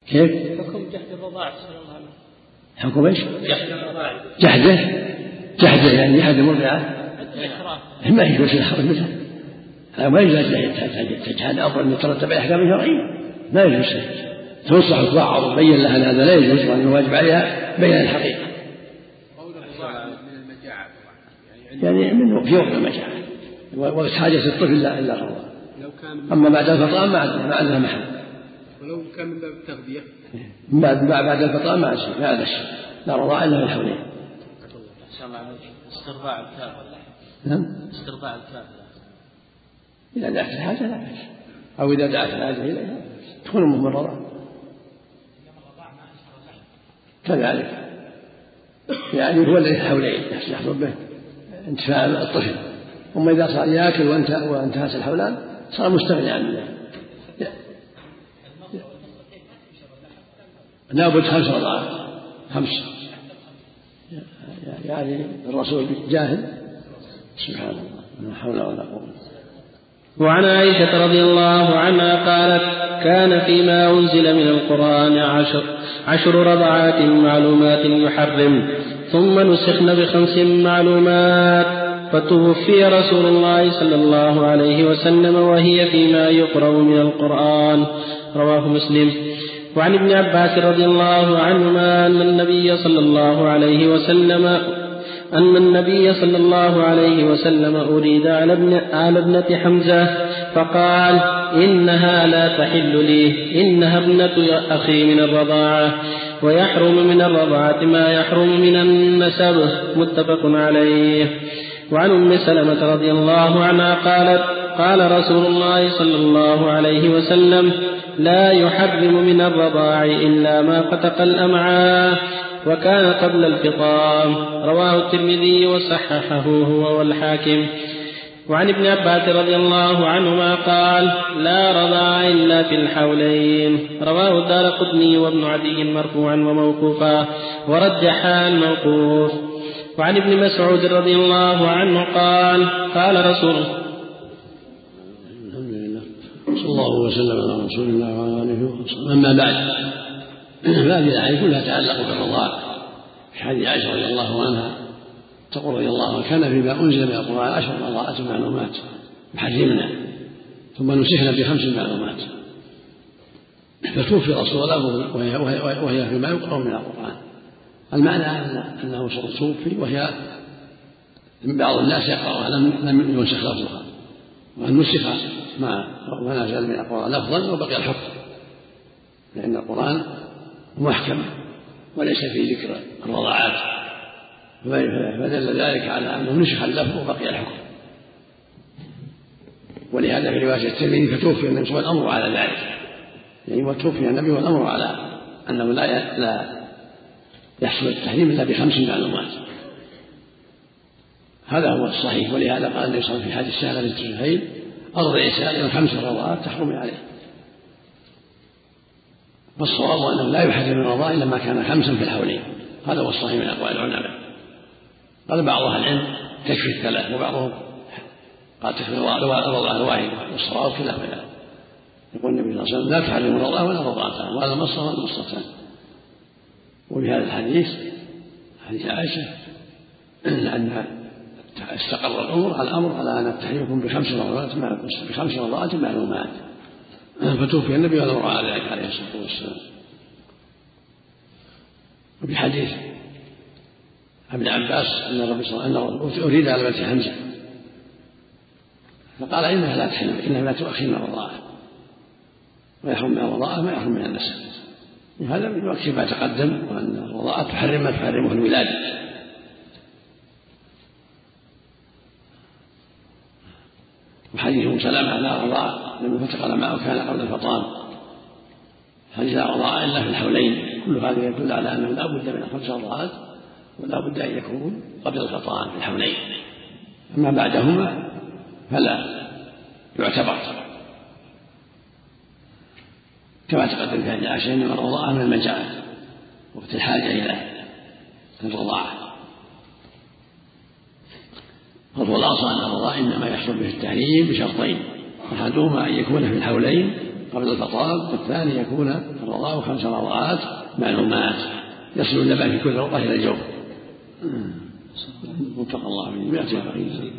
كيف؟ حكم جهد الرضاعة صلى الله عليه وسلم. حكم ايش؟ جهد الرضاعة. جهده يعني جهد المرضعة ما يجوز الحرج مثله، هذا ما يجوز تجهد أمر أن يترتب عليه أحكام شرعية، ما يجوز تنصح وتوعظ وتبين لها أن هذا لا يجوز وأن الواجب عليها بيان الحقيقة. يعني من في وقت المجاعة وقت حاجة الطفل إلا الرضاعة، أما بعد الفطام ما عندها محل. ولو كان من باب التغذية بعد الفطام ما عندها شيء، لا رضاعة إلا في الحولين. استرضاع الكافر. نعم. استرضاع الكافر. إذا دعت الحاجة لا بأس، أو إذا دعت الحاجة إليها تكون أمه من الرضاعة كذلك، يعني هو الذي الحولين يحصل به انتفاع الطفل. أما إذا صار يأكل وانتهت الحولان صار مستغني عن الله. لابد 5 رضاعات 5، يعني الرسول جاهل سبحان الله لا حول ولا قوة. وعن عائشة رضي الله عنها قالت: كان فيما أنزل من القرآن 10 رضعات معلومات يحرم، ثم نسخن ب5 معلومات، فتوفي رسول الله صلى الله عليه وسلم وهي فيما يقرأ من القرآن. رواه مسلم. وعن ابن عباس رضي الله عنهما أن النبي صلى الله عليه وسلم أريد على ابنة حمزة فقال: إنها لا تحل لي، إنها ابنة أخي من الرضاعة، ويحرم من الرضاعة ما يحرم من النسب. متفق عليه. وعن أم سلمة رضي الله عنها قالت: قال رسول الله صلى الله عليه وسلم: لا يحرم من الرضاع إلا ما فتق الأمعاء وكان قبل الفطام. رواه الترمذي وصححه هو والحاكم. وعن ابن عباس رضي الله عنهما قال: لا رضاع إلا في الحولين. رواه الدارقطني وابن عدي مرفوعا وموقوفا، ورجحا الموقوف. وعن ابن مسعود رضي الله عنه قال: قال رسول الله صلى الله وسلم على رسول الله وعلى آله وصحبه. أما بعد، فهذه الآية كلها تعلق بالرضاع. في حديث عائشة رضي الله عنها تقول رضي الله عنها: كان فيما أنزل من القرآن 10 رضاعات معلومات يحرمنا، ثم نسخنا ب5 معلومات. فتوفي رسول الله وهي فيما يقرأ من القرآن. المعنى أنه توفي وهي بعض الناس يقرأها لم ينسخ لفظها، وأن نسخ ما نزل من القرآن لفظا وبقي الحكم، لأن القرآن محكم وليس فيه ذكر الرضاعات، فدل ذلك على أنه نسخ اللفظ وبقي الحكم. ولهذا في رواية الترمذي: فتوفي النبي صلى الله عليه وسلم الأمر على ذلك، يعني وتوفي النبي والأمر على أنه لا يحصل التحريم إلا ب5 معلومات. هذا هو الصحيح. ولهذا قال النبي صلى الله عليه وسلم في حديث سهلة بنت سهيل: أرضع سائلا 5 رضاعات تحرم عليه. فالصواب أنه لا يحرم الرضاع إلا ما كان 5 في الحولين. هذا هو الصحيح من أقوال العلماء. قال بعض أهل العلم تكفي 3، وبعضهم قال تكفي الرضاعة الواحدة، والصواب خلاف ذلك. يقول النبي صلى الله عليه وسلم: لا تحرم الرضاعة ولا الرضاعتان، ولا المصة ولا المصتان. وبهذا الحديث حديث عائشة أن استقر الأمر على أن التحريم يكون ب5 رضاعات معلومات. فتوفي النبي والأمر على ذلك عليه الصلاة والسلام. وفي حديث ابن عباس أن الرسول صلى الله عليه وسلم أريد على بنت حمزة فقال: إنها لا تحل، إنها لا تؤخر من الرضاعة، ويحرم من الرضاعة ما يحرم من النسب. وهذا يؤكد ما تقدم، وأن الرضاعة تحرم ما تحرمه الولادة. وحديث أم سلمة: لا رضاعة لم يفتق الأمعاء وكان قبل الفطام. حديث: لا رضاعة إلا في الحولين. كل هذا يدل على أنه لا بد من 5 رضاعات، ولا بد أن يكون قبل الفطام في الحولين. أما بعدهما فلا يعتبر، كما تقدم في حديث عائشة: إنما الرضاعة من المجاعة وقت الحاجة إلى الرضاعة. فالخلاصة أن الرضاع إنما يحصل به التحريم بشرطين: أحدهما أن يكون في الحولين، قبل الفطام، والثاني يكون الرضاع 5 رضعات معلومات يصل اللبن في كل رضعة إلى الجوف. وفق الله من يأتي الفقير.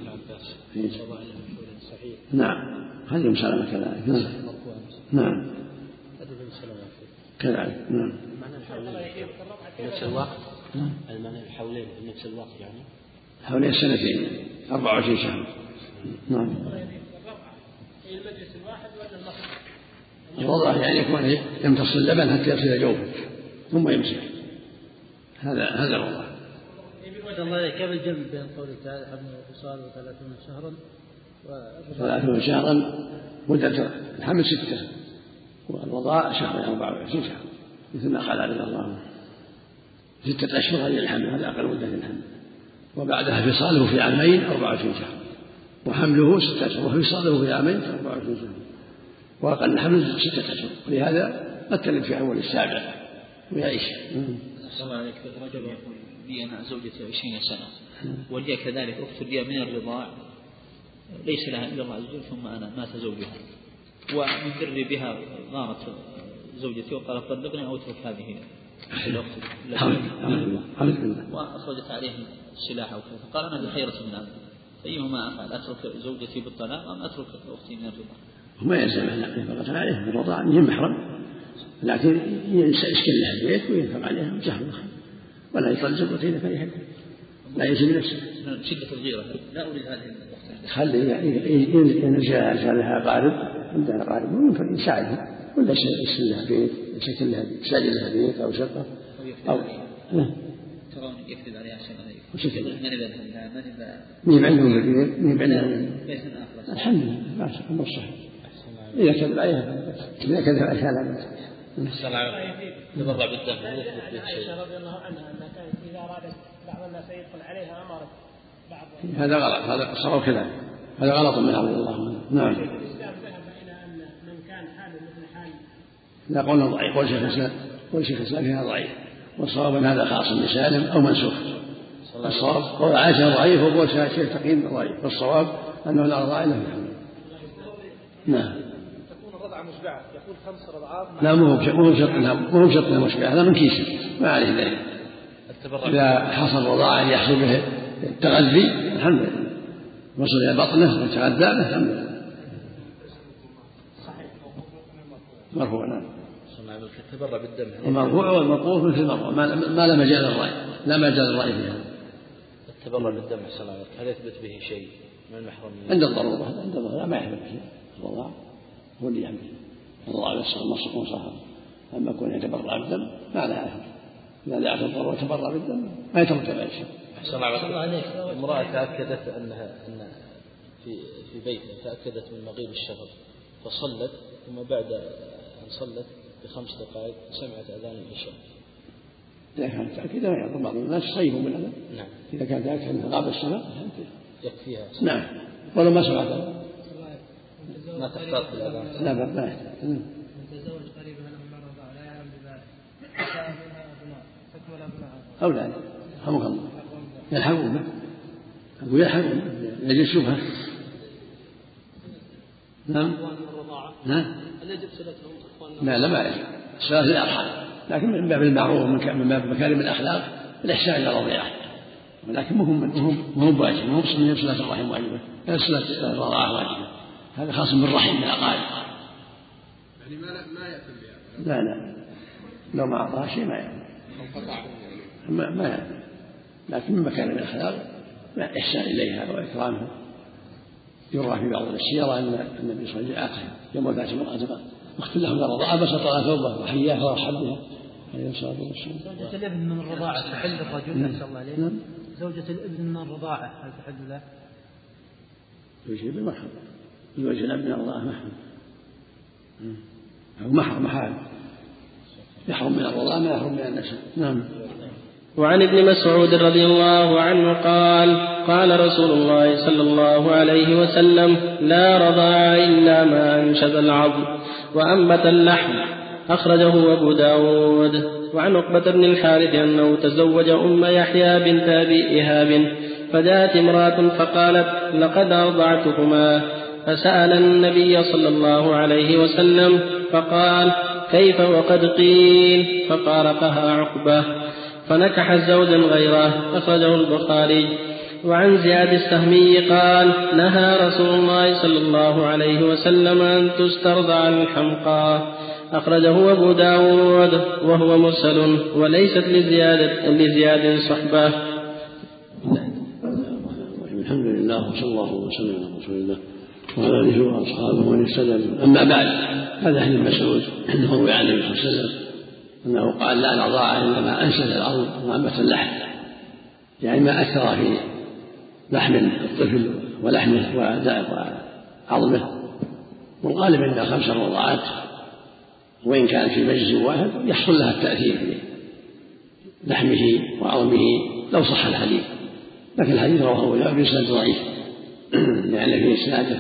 نعم خليهم سلامة كذلك. نعم كذلك. نعم نفس الوقت. المعنى الحولين نفس الوقت يعني حوالي 2 سنين 24 شهر. نعم الوضع يعني يكون يمتص اللبن حتى يصل جوفه ثم يمسك. هذا الوضع. كيف الجمع بين قوله تعالى حمل وفصال 30 شهرا 30 شهرا مدة الحمل 6 والوضاء شهر 24 شهر مثل ما قال عليه الله 6 أشهر هذه الحمل، هذا أقل مدة الحمل، وبعدها فصاله في 2 عام 24 شهر، وحمله 6 أشهر وفصاله في 2 عام 24 شهر، وأقل الحمل 6 أشهر، ولهذا قد تلد في أول السابع ويعيش. السلام عليكم. رجل يقول لي أنا زوجتي 20 سنة ولي كذلك أخت لي من الرضاع ليس لها إلا الله عز وجل، ثم أنا مات زوجها ومن بري بها غارت زوجتي وقالت طلقني أو اترك هذه الأخت وأخرجت عليه السلاح وكذا، قال أنا بحيرة من أمر أيهما أفعل، أترك زوجتي بالطلاق أم أترك أختي من الرضاع؟ وما يلزم أن ينفق عليه بالرضاع من محرم، لكن يسكن لها البيت وينفق عليها وجهر ولا يطلق زوجته إذا كان يحبها، لا يلزم نفسه. شدة الغيرة لا أريد هذه الأخت. خلي ينزل لها قارب عندها قارب ويمكن يساعدها ولا يسكن لها بيت، يسكن لها بيت، يساعد لها بيت أو شقة أو ترون يكذب عليها شيئا وشكل من عندهم البيت من عندهم الحمد لله ما شاء الله صحيح. إذا كذب عليها إذا كذب عليها لا بأس. تبرع بالدم. عائشة رضي الله عنها أنها كانت إذا أرادت بعض الناس يدخل عليها أمرت بعض. هذا غلط، هذا صار كذلك، هذا غلط من رضي الله عنه. نعم. الإسلام ذهب إلى أن من كان حاله مثل حال. لا قولنا ضعيف، قول شيخ الإسلام فيها ضعيف، والصواب أن هذا خاص بسالم أو منسوخ. الصواب قول عائشة ضعيف وقول شيخ تقييم ضعيف، والصواب أنه لا رضاع إلا في الحمل. نعم. تكون الرضعة مشبعة، يقول 5 رضعات. لا مو بشرط انها مشبعة، هذا من كيسه ما عليه ذلك. إذا حصل رضاعة يحصل به التغذي الحمد لله، وصل إلى بطنه وتغذى به الحمد لله. مرفوع. نعم. التبرع بالدم. المرفوع والموقوف مثل المرفوع ما لا مجال للرأي، لا مجال للرأي في هذا. التبرع بالدم هل يثبت به شيء من المحرم؟ عند الضرورة ما يحمل شيء، الرضاع هو اللي يحمل الرضاع يصير مصحف. أما كون يتبرع بالدم ما لها أثر، إذا دعت الضرورة تبرع بالدم ما يترتب عليه شيء. أحسن عليك. امرأة تأكدت أن في بيتها تأكدت من مغيب الشفق فصلت، ثم بعد أن صلت ب5 دقائق سمعت أذان العشاء. إذا كانت تأكد ما يضر، بعض الناس يصيبوا من هذا. نعم. إذا كانت تأكد أن غاب الشفق يكفيها. نعم. ولو ما سمعت ما تحتاط بالأذان. لا ما يحتاج. تزوج قريبها لما رضع لا يعلم بذلك فكان منها أبناء تكمل أبناء أولاد رحمك الله يلحقون به، أقول يلحقون يجد شبهة. نعم. لا ما يجب الصلاة الأرحام، لكن من باب المعروف من باب مكارم الأخلاق الإحسان إلى الرضيعة، ولكن مهم واجب، مهم صلاة الرحم واجبة، صلاة الرضاعة واجبة، هذا خاص بالرحم من الأقارب. يعني ما يأتي بها. لا لو ما أعطاها شيء ما يأتي ما يأتي، لكن من مكارم الأخلاق الإحسان إليها وإكرامها. يروى في بعض السيرة أن النبي صلى الله عليه وسلم يوم وفاة امرأة أخت له من الرضاعة بسط لها ثوبه وحياها وارحب بها عليه الصلاة والسلام. زوجة الابن من الرضاعة تحل الرجل أحسن الله عليه. زوجة الابن من الرضاعة هل تحل له؟ زوجة الابن محرم، زوجة الابن من الله محرم، أو محرم يحرم من الرضاعة ما يحرم من النسب. نعم. وعن ابن مسعود رضي الله عنه قال قال رسول الله صلى الله عليه وسلم لا رضاع إلا ما أنشز العظم وأنبت اللحم، أخرجه أبو داود. وعن عقبة بن الحارث أنه تزوج أم يحيى بنت أبي إيهاب، فجاءت امرأة فقالت لقد أرضعتكما، فسأل النبي صلى الله عليه وسلم فقال: كيف وقد قيل؟ ففارقها عقبة فنكح زوجا غيره. أخرجه البخاري. وعن زياد السهمي قال: نهى رسول الله صلى الله عليه وسلم أن تسترضع الحمقى. أخرجه أبو داود وهو مرسل وليست لزياد صحبة. الحمد لله وصلى الله وسلم على رسول الله وعلى آله وأصحابه ومن اهتدى. أما بعد، هذا حديث مسعود روي عن النبي صلى الله عليه وسلم أنه قال: لا نضاع إلا ما أنسل الأرض وأنبت اللحم، يعني ما أثر في لحم الطفل ولحمه وعظمه. والغالب أن 5 رضاعات وإن كان في مجلس واحد يحصل لها التأثير في لحمه وعظمه لو صح الحديث، لكن الحديث رواه لا بإسناد ضعيف لأن في إسناده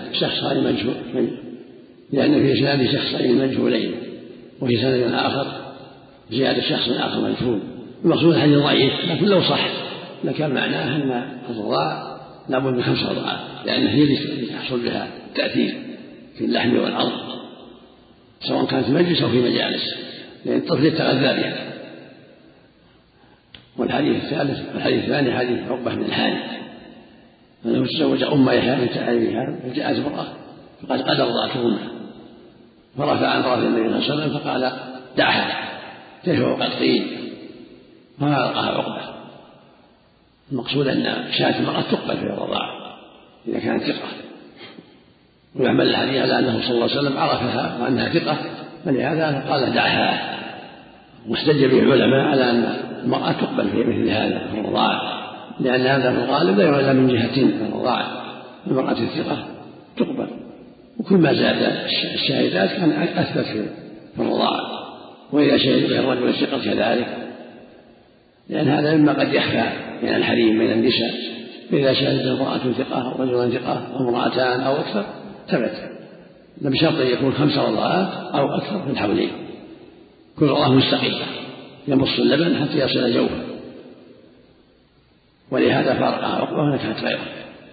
شخصين مجهولين، وفي سند آخر زيادة شخص آخر مجهول. المقصود الحديث ضعيف، لكن لو صح لكان معناه أن الرضاع لابد من 5 رضاعات، لأن هي اللي يحصل بها تأثير في اللحم والعظم سواء كانت في مجلس أو في مجالس، لأن الطفل يتغذى بها. والحديث الثاني حديث عقبة بن الحارث أنه تزوج أم يحيى بنت أبي حارث فجاءت امرأة فقال: قد رضعتهما، فرفع عن رأس النبي صلى الله عليه وسلم فقال: دعها، كيف وقد قيل؟ ففارقها عقبة. المقصود أن شاة المرأة تقبل في الرضاعة إذا كانت ثقة، ويحمل الحديث على أنه صلى الله عليه وسلم عرفها وأنها ثقة، فلهذا قال: دعها. واحتج به العلماء على أن المرأة تقبل في مثل هذا في الرضاعة، لأن هذا في الغالب لا يعلم من جهتين في الرضاعة. المرأة الثقة تقبل، وكل ما زاد الشاهدات كان أثبت في الرضاعة. وإذا شهد به الرجل الثقة كذلك، لأن هذا مما قد يخفى من الحريم من النساء، فإذا شهدت امرأة ثقة أو رجل ثقة أو امرأتان أو أكثر ثبت، بشرط أن يكون 5 رضاعات أو أكثر في الحولين، كل رضاعة مستقلة يمص اللبن حتى يصل جوفه. ولهذا فارقها عقبة ونكحت غيره.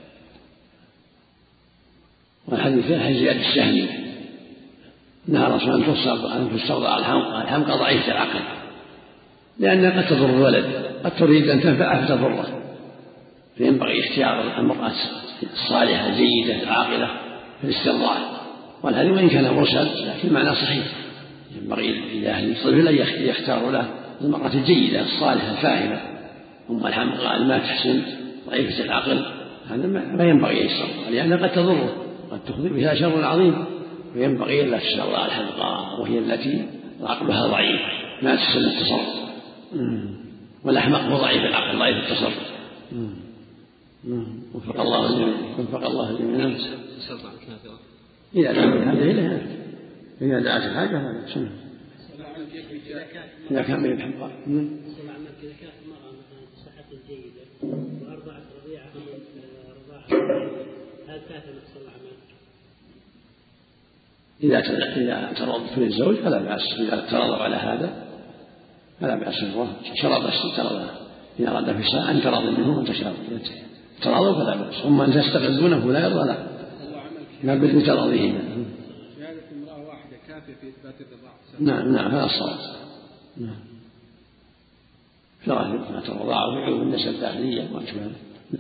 والحديث الثاني حديث زياد السهمي نهى الرسول أن تسترضع الحمقى ضعيفة العقل، لأنها قد تضر الولد، قد تريد أن تنفعه فتضره، فينبغي اختيار المرأة الصالحة الجيدة العاقلة في الاسترضاع. والحديث وإن كان مرسل لكن معناه صحيح، ينبغي لأهل الطفل أن يختاروا له المرأة الجيدة الصالحة الفاهمة. أما الحمقى ما تحسن ضعيفة العقل هذا ما ينبغي يسترضع، لأنها قد تضره، قد تخذ بها شر عظيم، وينبغي ألا تسترضع الحمقى وهي التي عقلها ضعيف ما تحسن التصرف، والأحمق هو ضعيف العقل ضعيف التصرف. وفق الله الجميع. إذا دعت الحاجة إذا دعت الحاجة هذا سنة. إذا كان من الحمقى إذا كانت المرأة مثلا صحة جيدة وأرضعت رضيعة رضاعة، هل كافر نقص الأعمال؟ إذا ترضت للزوج فلا بأس، إذا ترضوا على هذا فلا بأس. شرط ترضى إذا أراد في ساعة أن ترضى منه وأنت ترضوا فلا بأس. أما أن تستغلونه فلا يرضى لا بد من تراضيهما. شهادة امرأة واحدة كافية في إثبات الرضاعة. نعم هذا الصواب. نعم شرعت الرضاعة في علوم النساء الداخلية وما أشبه.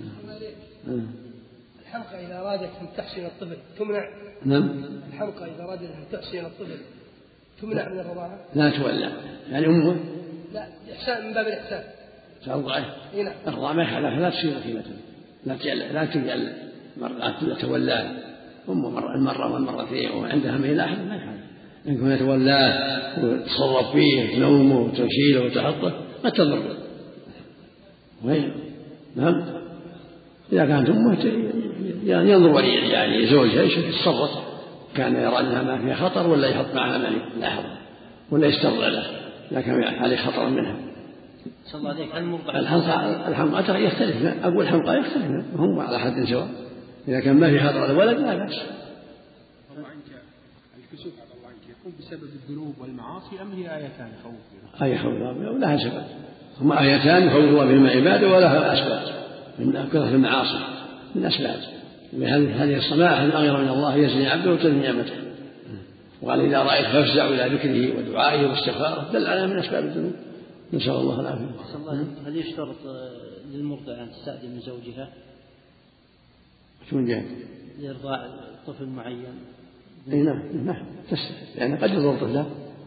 الحمقى إذا أرادت أن تحسن الطفل تمنع. نعم الحمقى إذا أرادت أن تحسن الطفل تمنع من الرضاعة. لا تولى يعني أمه. لا إحسان من باب الإحسان. ترضعه. نعم. الرضاعة لا تصير قيمته، لا تجعل مرة تولاه أمه المرة والمرتين وعندها ميلاح ما يحال، إنكم يتولاه وتصرف فيه وتنومه وتشيله وتحطه ما تضر. نعم إذا كانت أمه ينظر ولي يعني زوجها يتصرف، كان يرى أنها ما فيها خطر ولا يحط معها ما لا حظ ولا يسترضع له، لكن عليه خطر منها. الحمقى يختلف، أقول الحمقى يختلف هم على حد سواء، إذا كان ما في خطر على الولد لا بأس. الكسوف على الله عنك يكون بسبب الذنوب والمعاصي أم هي آيتان يخوف؟ آية خوف ولها سبب، هما آيتان يخوف الله بهما عباده ولها أسباب من كثرة المعاصي من أسباب. هذه الصماء الأغيرة من الله يزني عبده وتزني نعمته. وقال إذا رأيت فافزع إلى ذكره ودعائه واستغفاره دل على من أسباب الذنوب، نسأل الله العافية. هل يشترط للمرضع أن تستأذن من زوجها؟ شو جاء؟ لإرضاع طفل معين؟ أي نعم تستأذن، يعني قد يضر طفله.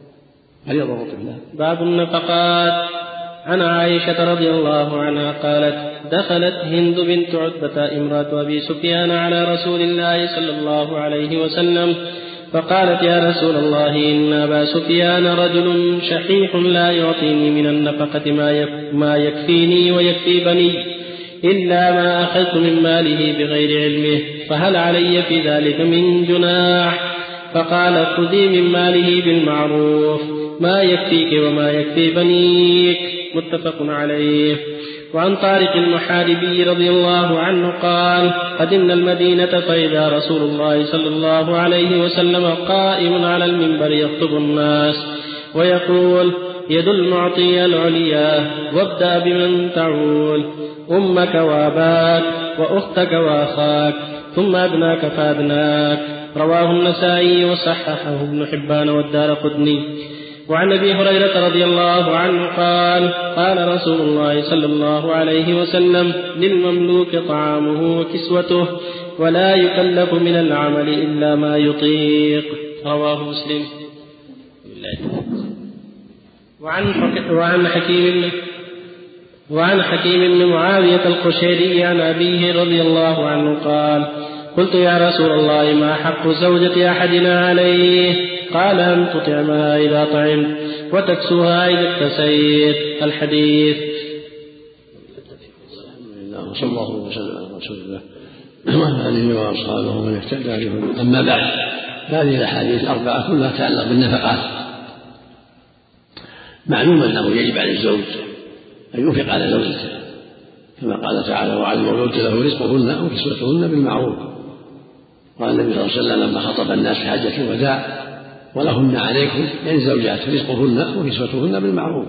باب النفقات. عن عائشة رضي الله عنها قالت: دخلت هند بنت عتبة امرأة أبي سفيان على رسول الله صلى الله عليه وسلم فقالت: يا رسول الله، إن أبا سفيان رجل شحيح لا يعطيني من النفقة ما يكفيني ويكفي بني إلا ما أخذت من ماله بغير علمه، فهل علي في ذلك من جناح؟ فقال: خذي من ماله بالمعروف ما يكفيك وما يكفي بنيك. متفق عليه. وعن طارق المحاربي رضي الله عنه قال: قدمنا المدينة فإذا رسول الله صلى الله عليه وسلم قائم على المنبر يخطب الناس ويقول: يد المعطي العليا، وابدأ بمن تعول، أمك وأباك وأختك وأخاك ثم أبناك فأبناك. رواه النسائي وصححه ابن حبان والدارقطني. وعن أبي هريرة رضي الله عنه قال: قال رسول الله صلى الله عليه وسلم: للمملوك طعامه وكسوته ولا يكلف من العمل إلا ما يطيق. رواه مسلم. وعن حكيم بن معاوية القشيري عن أبيه رضي الله عنه قال: قلت: يا رسول الله، ما حق زوجة أحدنا عليه؟ قال: أن تطعمها إذا طعمت وتكسوها إذا اكتسيت. الحديث. صلى الله وسلم على رسول الله وعلى آله وأصحابه ومن اهتدى بهداهم. أما بعد، هذه الأحاديث الأربعة كلها تتعلق بالنفقات. معلوم أنه يجب على الزوج أن ينفق على زوجته، كما قال تعالى: وعلى المولود له رزقهن وكسوتهن بالمعروف. قال النبي صلى الله عليه وسلم لما خطب الناس في حجة الوداع: ولهن عليكم، يعني الزوجات، رزقهن وكسوتهن بالمعروف.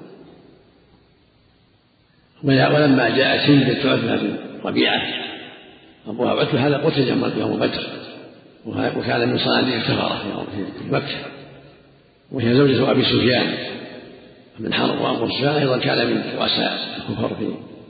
ولما جاءت هند بنت عتبة بن ربيعة أبوها عتبة هذا قتل يوم بدر، وكان من صناديق الكفرة في مكة، وهي زوجة أبي سفيان بن حرب، وأبو سفيان أيضا كان من رؤساء الكفر في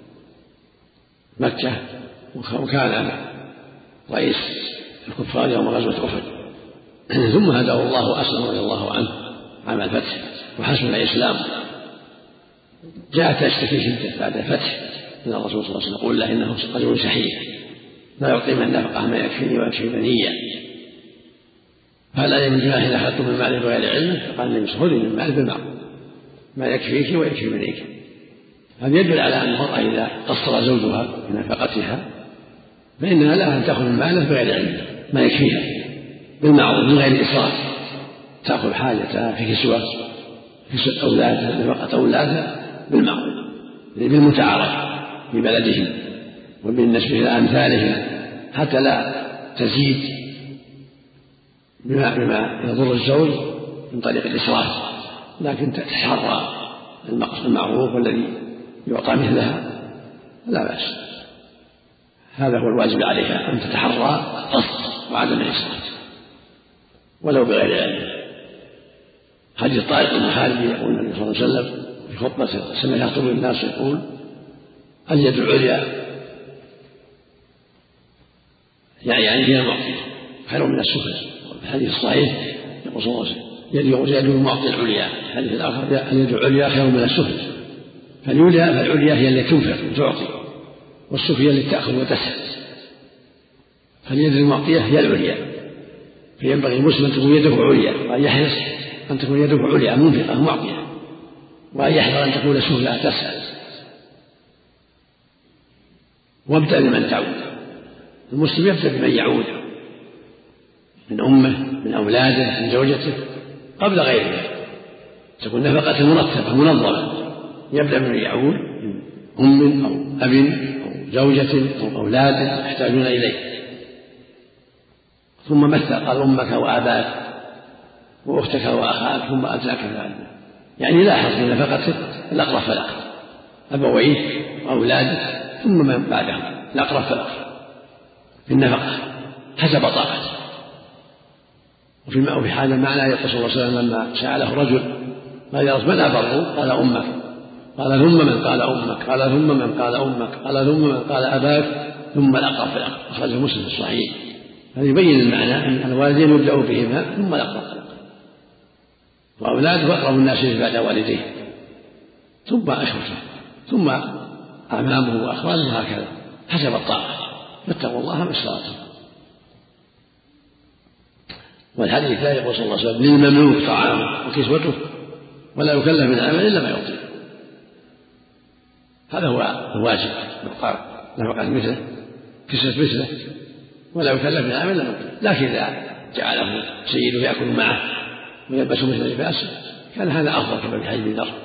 مكة، وكان رئيس الكفار يوم غزوة أحد. ثم هداه الله وأسلم رضي الله عنه عام الفتح وحسن الإسلام. جاءت تشتكي شدة بعد الفتح من الرسول صلى الله عليه وسلم، يقول له: إنه رجل شحيح لا يعطي من النفقة ما يكفيني ويكفي بنيا، فهل علي من جناح إذا أخذت من ماله بغير علمه؟ فقال النبي: خذي من ماله بالمعروف ما يكفيك ويكفي بنيك. هذا يدل على أن المرأة إذا قصر زوجها في نفقتها فإنها لها أن تأخذ من ماله بغير علمه ما يكفيها بالمعروف من غير إسراف، تأخذ حاجتها في كسوة أولادها، نفقة أولادها بالمعروف بالمتعارف في بلدهم وبالنسبة إلى أمثالهم، حتى لا تزيد بما يضر الزوج من طريق الإسراف، لكن تتحرى المعروف والذي يعطى مثلها لا بأس. هذا هو الواجب عليها، أن تتحرى القصد وعدم الإسراف ولو بغير علم. حديث طارق المحاربي يقول النبي صلى الله عليه وسلم في خطبته سمع يخطب الناس يقول: اليد العليا، يعني هي المعطي خير من السفلى. في الحديث الصحيح يقول صلى الله عليه وسلم: يد المعطي العليا. في الحديث الآخر: اليد العليا خير من السفلى. فالعليا هي التي تنفق وتعطي، والسفلى التي تأخذ وتسهل. فاليد المعطية هي العليا، فينبغي المسلم أن تكون يده عليا، وأن يحرص أن تكون يده عليا منفقة معطية، وأن يحذر أن تكون سفلى تسهل. وابدأ بمن تعود. المسلم يبدأ بمن يعود من أمه، من أولاده، من زوجته، قبل غيره، تكون نفقة مرتبة منظمة. يبدأ بمن يعود من أم أو أب أو زوجة أو أولاد يحتاجون إليه، ثم مثل قال: أمك وأباك وأختك وأخاك ثم أتاك ذلك، يعني لاحظ في نفقتك الأقرب فالأقرب، أبويك وأولادك ثم من بعدهم الأقرب فالأقرب في النفقة حسب طاقته. وفي هذا المعنى يقول صلى الله عليه وسلم لما سأله رجل قال يا رسول من أبر؟ قال أمك. قال ثم من؟ قال أمك. قال ثم من؟ قال أمك. قال ثم من؟ قال أباك. ثم الأقرب فالأقرب. أخرجه مسلم في الصحيح. هذا يبين المعنى أن الوالدين يبدأ بهما ثم الأقرب فالأقرب، وأولاده أقرب الناس بعد والديه ثم إخوته ثم أعمامه وأخواله وهكذا حسب الطاقة، فاتقوا الله ما استطعتم. والحديث لا يقول صلى الله عليه وسلم للمملوك طعامه وكسوته ولا يكلف من العمل إلا ما يطيق. هذا هو الواجب نفقة مثله كسوة مثله ولا يكلف من العمل إلا ما يطيق. لكن إذا جعله سيده يأكل معه ويلبس مثل لباسه كان هذا أفضل كما في حديث ذر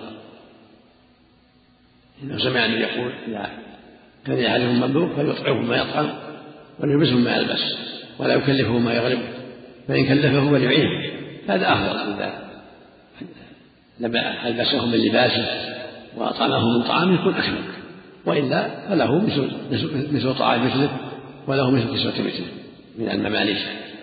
إنه سمع أنه يقول إذا كان أحدهم مملوك فليطعمه ما يطعم وليلبسه ما يلبس ولا يكلفه ما يغلبه، فإن كلفه فليعينه. هذا أفضل إذا ألبسه من لباسه وأطعمه من طعامه يكون أكمل، وإلا فله مثل طعام مثله وله مثل كسوة مثله من المماليك.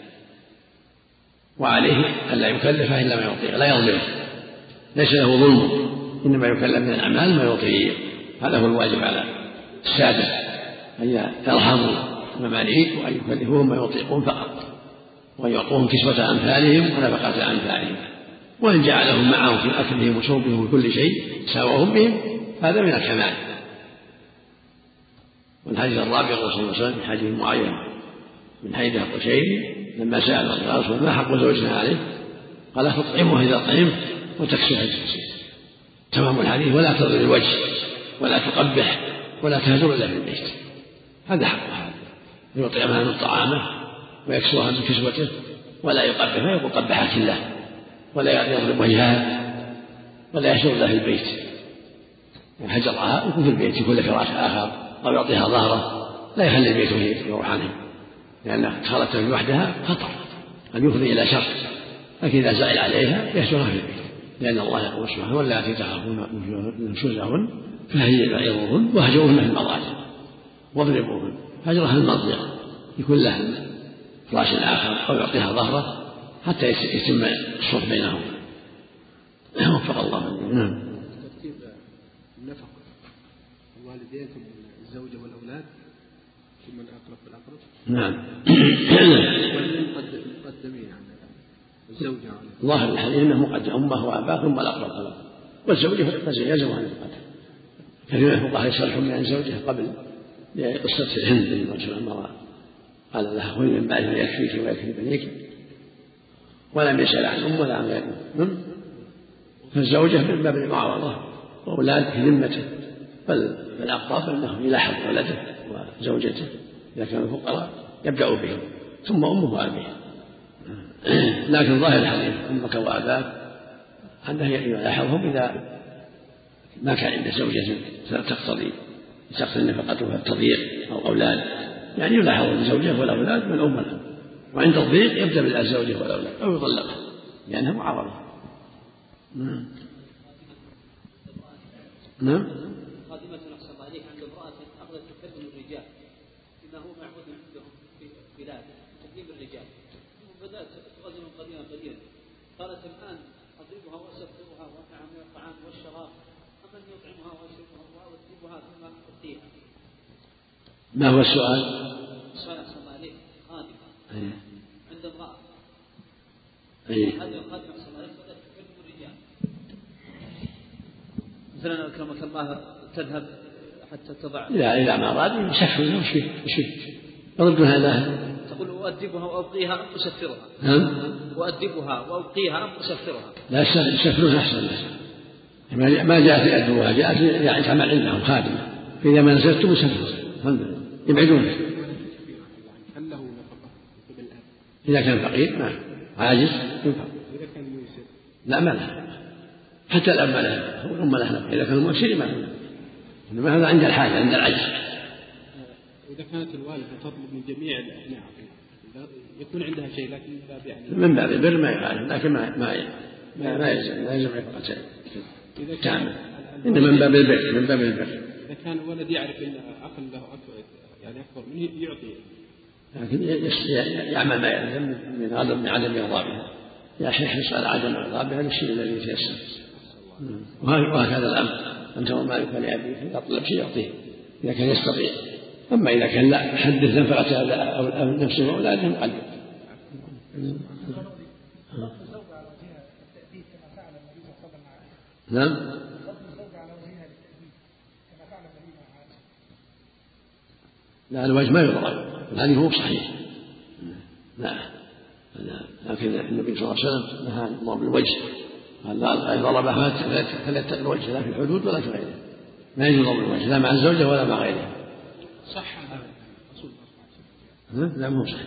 وعليه ألا يكلفه إلا ما يطيق، لا يظلمه، ليس له ظلم، إنما يكلف من الأعمال ما يطيق. هذا هو الواجب على السادة أن يرحموا المماليك وأن يكلفوهم ما يطيقون فقط، وأن يعطوهم كسوة أمثالهم ونفقة أمثالهم، وإن جعلهم معهم في أكلهم وشربهم وكل شيء ساوهم بهم هذا من الكمال. والحديث الرابع يقول صلى الله عليه وسلم في حديث معين من حديث القشيري لما سأل الرسول ما حق زوجها عليه قال تطعمه إذا طعمت وتكسوها إذا كسوت. تمام الحديث. ولا تضرب الوجه ولا تقبح ولا تهجر إلا في البيت، هذا حقها، يطعمها من طعامه ويكسوها من كسوته ولا يقبحها يقول قبحك الله، ولا يضرب وجهها ولا يهجر إلا في البيت. هجرها يكون في البيت يكون له فراش آخر أو يعطيها ظهره، لا يخلي البيت يروح عنه، لأن خلت لوحدها خطر قد يفضي إلى شر. لكن إذا زعل عليها يهجرها في البيت، لأن الله يقول سبحانه واللاتي تخافون نشوزهن فعظوهن واهجروهن في المضاجع واضربوهن. هجرها المضجع يكون له فراش آخر أو يعطيها ظهره حتى يتم الصلح بينهم. وفق الله. نعم. ترتيب النفقة الوالدين ثم الزوجة والأولاد ثم الأقرب فالأقرب. نعم. مقدمين عن الزوجة. ظاهر الحديث أنه مقدم أمه وأباه ثم الأقرب، والزوجة يلزم أن يقدم. كثير من الفقهاء يصلحون من الزوجة قبل قصة هند بن مسلمة قال لها خذي من بعد ما يكفيك ويكفي بنيك، ولم يسأل عن أم ولا عن غير أم. فالزوجة من باب المعاوضة وأولاد في ذمته، فالأقرب أنه يلاحظ ولده وزوجته إذا كانوا فقراء يبدأ بهم ثم أمه وأبيه. لكن ظاهر الحديث أمك وأباك أنه يلاحظهم إذا ما كان عنده زوجة تقتضي نفقتها التضييق أو أولاد، يعني يلاحظ الزوجة والأولاد من أم والأب، وعند الضيق يبدأ بالزوجة والأولاد أو يطلقها لأنها معاوضة. نعم. خادمة أحسن الله عليك عند امرأة أخذت تكلم الرجال بما هو معهود عندهم في بلاد تكليم الرجال، وبدأت تغزلهم قليلا قالت الآن أضربها وأسفرها وأطعم الطعام والشراب أم أن يطعمها وأشربها وأطيبها ثم أفتيها. ما هو السؤال؟ السؤال أحسن الله عليك خادمة عند امرأة هذه الخادمة أحسن الله عليك بدأت تكلم الرجال مثلا أكرمك الله تذهب حتى تضع إذا ما أراد يسفرها وش يردها إلى تقول أؤدبها وأبقيها أم أسفرها؟ أؤدبها وأبقيها أم أسفرها؟ لا يسفرها أحسن، ما جاءت لأدبها جاءت يعني تعمل عندهم خادمة، فإذا ما نزلتم يسفرها يبعدونه. هل له نفقة قبل الأب؟ إذا كان فقير ما عاجز ينفق. إذا كان ميسر لا ما له، حتى الأب ما له، هو الأم له نفقة. إذا كان مؤسر ما له، إنما هذا عند الحاجة عند العجز. إذا كانت الوالدة تطلب من جميع الأبناء يكون عندها شيء لكن يعني من باب البر ما يفعل، لكن ما يلزم يفعل شيء تعمل، إنما من باب البر. إذا كان الولد يعرف أن أخ له يعني أكبر منه يعطي لكن يعمل ما يلزم من عدم إغضابها، يحرص على عدم إغضابها للشيء الذي يتيسر. وهكذا الأمر أنت ومالك لأبيك إذا طلب شيء يعطيه إذا كان يستطيع. أما إذا كان لا حدث نفقة أو نفسه وأولادهم قد نعم. لا الوجه ما يضرب، هذه هو صحيح. لا لكن النبي صلى الله عليه وسلم نهى عن ضرب الوجه، قال لا ضربها فليتقي الوجه لا في الحدود ولا في غيره، ما يجوز ضرب الوجه لا مع الزوجة ولا مع غيرها. صح هذا لا مو صحيح.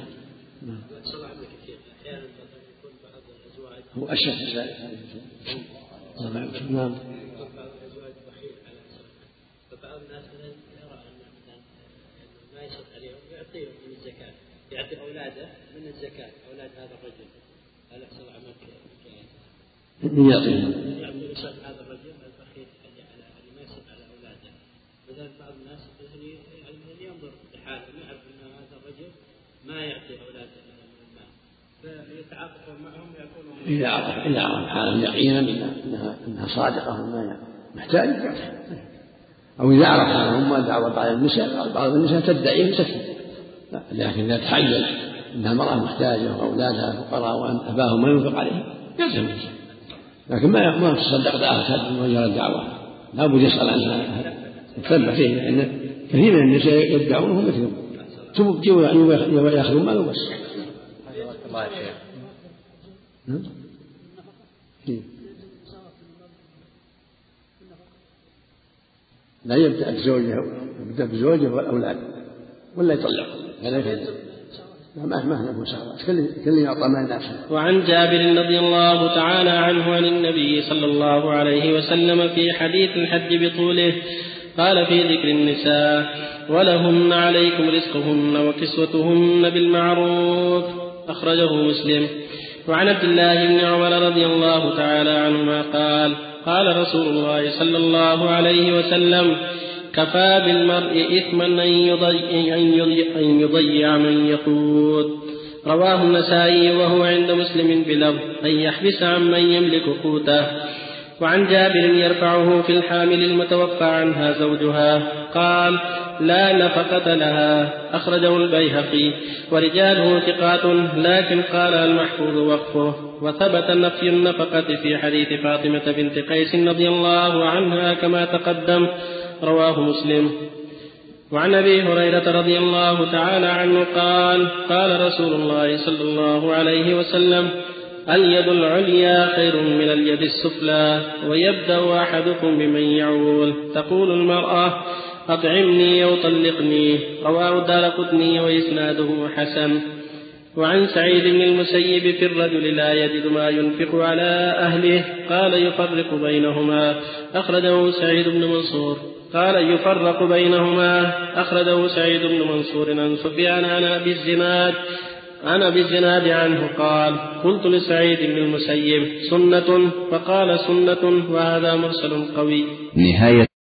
هو أشد من ذلك. نعم. فبعض الناس يرى أن ما يشق عليهم يعطيهم من الزكاة، يعطي أولاده من الزكاة، أولاد هذا الرجل هل يحصل عمل يعطي لشاب هذا الرجل البخيل اللي ما يشق على أولاده. لذلك بعض الناس يعني ينظر لحاله يعرف أن هذا الرجل ما يعطي أولاده من المال فيتعاطفون معهم يكونوا إذا عرف حالا يقينا أنها صادقة وما محتاج يعطي، أو إذا عرف حالهم ودعوة بعض النساء تدعي سكت، لكن إذا تحيل أنها المرأة محتاجة وأولادها فقراء وأن أباهم ما ينفق عليهم يلزم الإنسان، لكن ما تصدق بآخر من وجه الدعوة، لا بد يسأل عنها يتبع فيه، لأن كثير من النساء يدعونه مثلهم ثم يأخذون ماله بس. الله يا شيخ. لا يبدأ بزوجه والأولاد ولا يطلق ما هو مساواة، كل يعطى ما نفسه. وعن جابر رضي الله تعالى عنه عن النبي صلى الله عليه وسلم في حديث الحج بطوله قال في ذكر النساء ولهن عليكم رزقهن وكسوتهن بالمعروف أخرجه مسلم. وعن عبد الله بن عمر رضي الله تعالى عنهما قال قال رسول الله صلى الله عليه وسلم كفى بالمرء إثما أن يضيع من يقود. رواه النسائي وهو عند مسلم بلفظ أن يحبس عمن يملك قوته. وعن جابر يرفعه في الحامل المتوفى عنها زوجها قال لا نفقة لها أخرجه البيهقي ورجاله ثقات لكن قال المحفوظ وقفه. وثبت نفي النفقة في حديث فاطمة بنت قيس رضي الله عنها كما تقدم رواه مسلم. وعن أبي هريرة رضي الله تعالى عنه قال قال رسول الله صلى الله عليه وسلم اليد العليا خير من اليد السفلى ويبدأ أحدكم بمن يعول. تقول المرأة أطعمني أو طلقني. رواه الدارقطني وإسناده حسن. وعن سعيد بن المسيب في الرجل لا يجد ما ينفق على أهله قال يفرق بينهما أخرجه سعيد بن منصور. قال يفرق بينهما أخرجه سعيد بن منصور عن سفيان عن أبي الزناد عنه قال قلت لسعيد بن المسيب سنة فقال سنة وهذا مرسل قوي. نهاية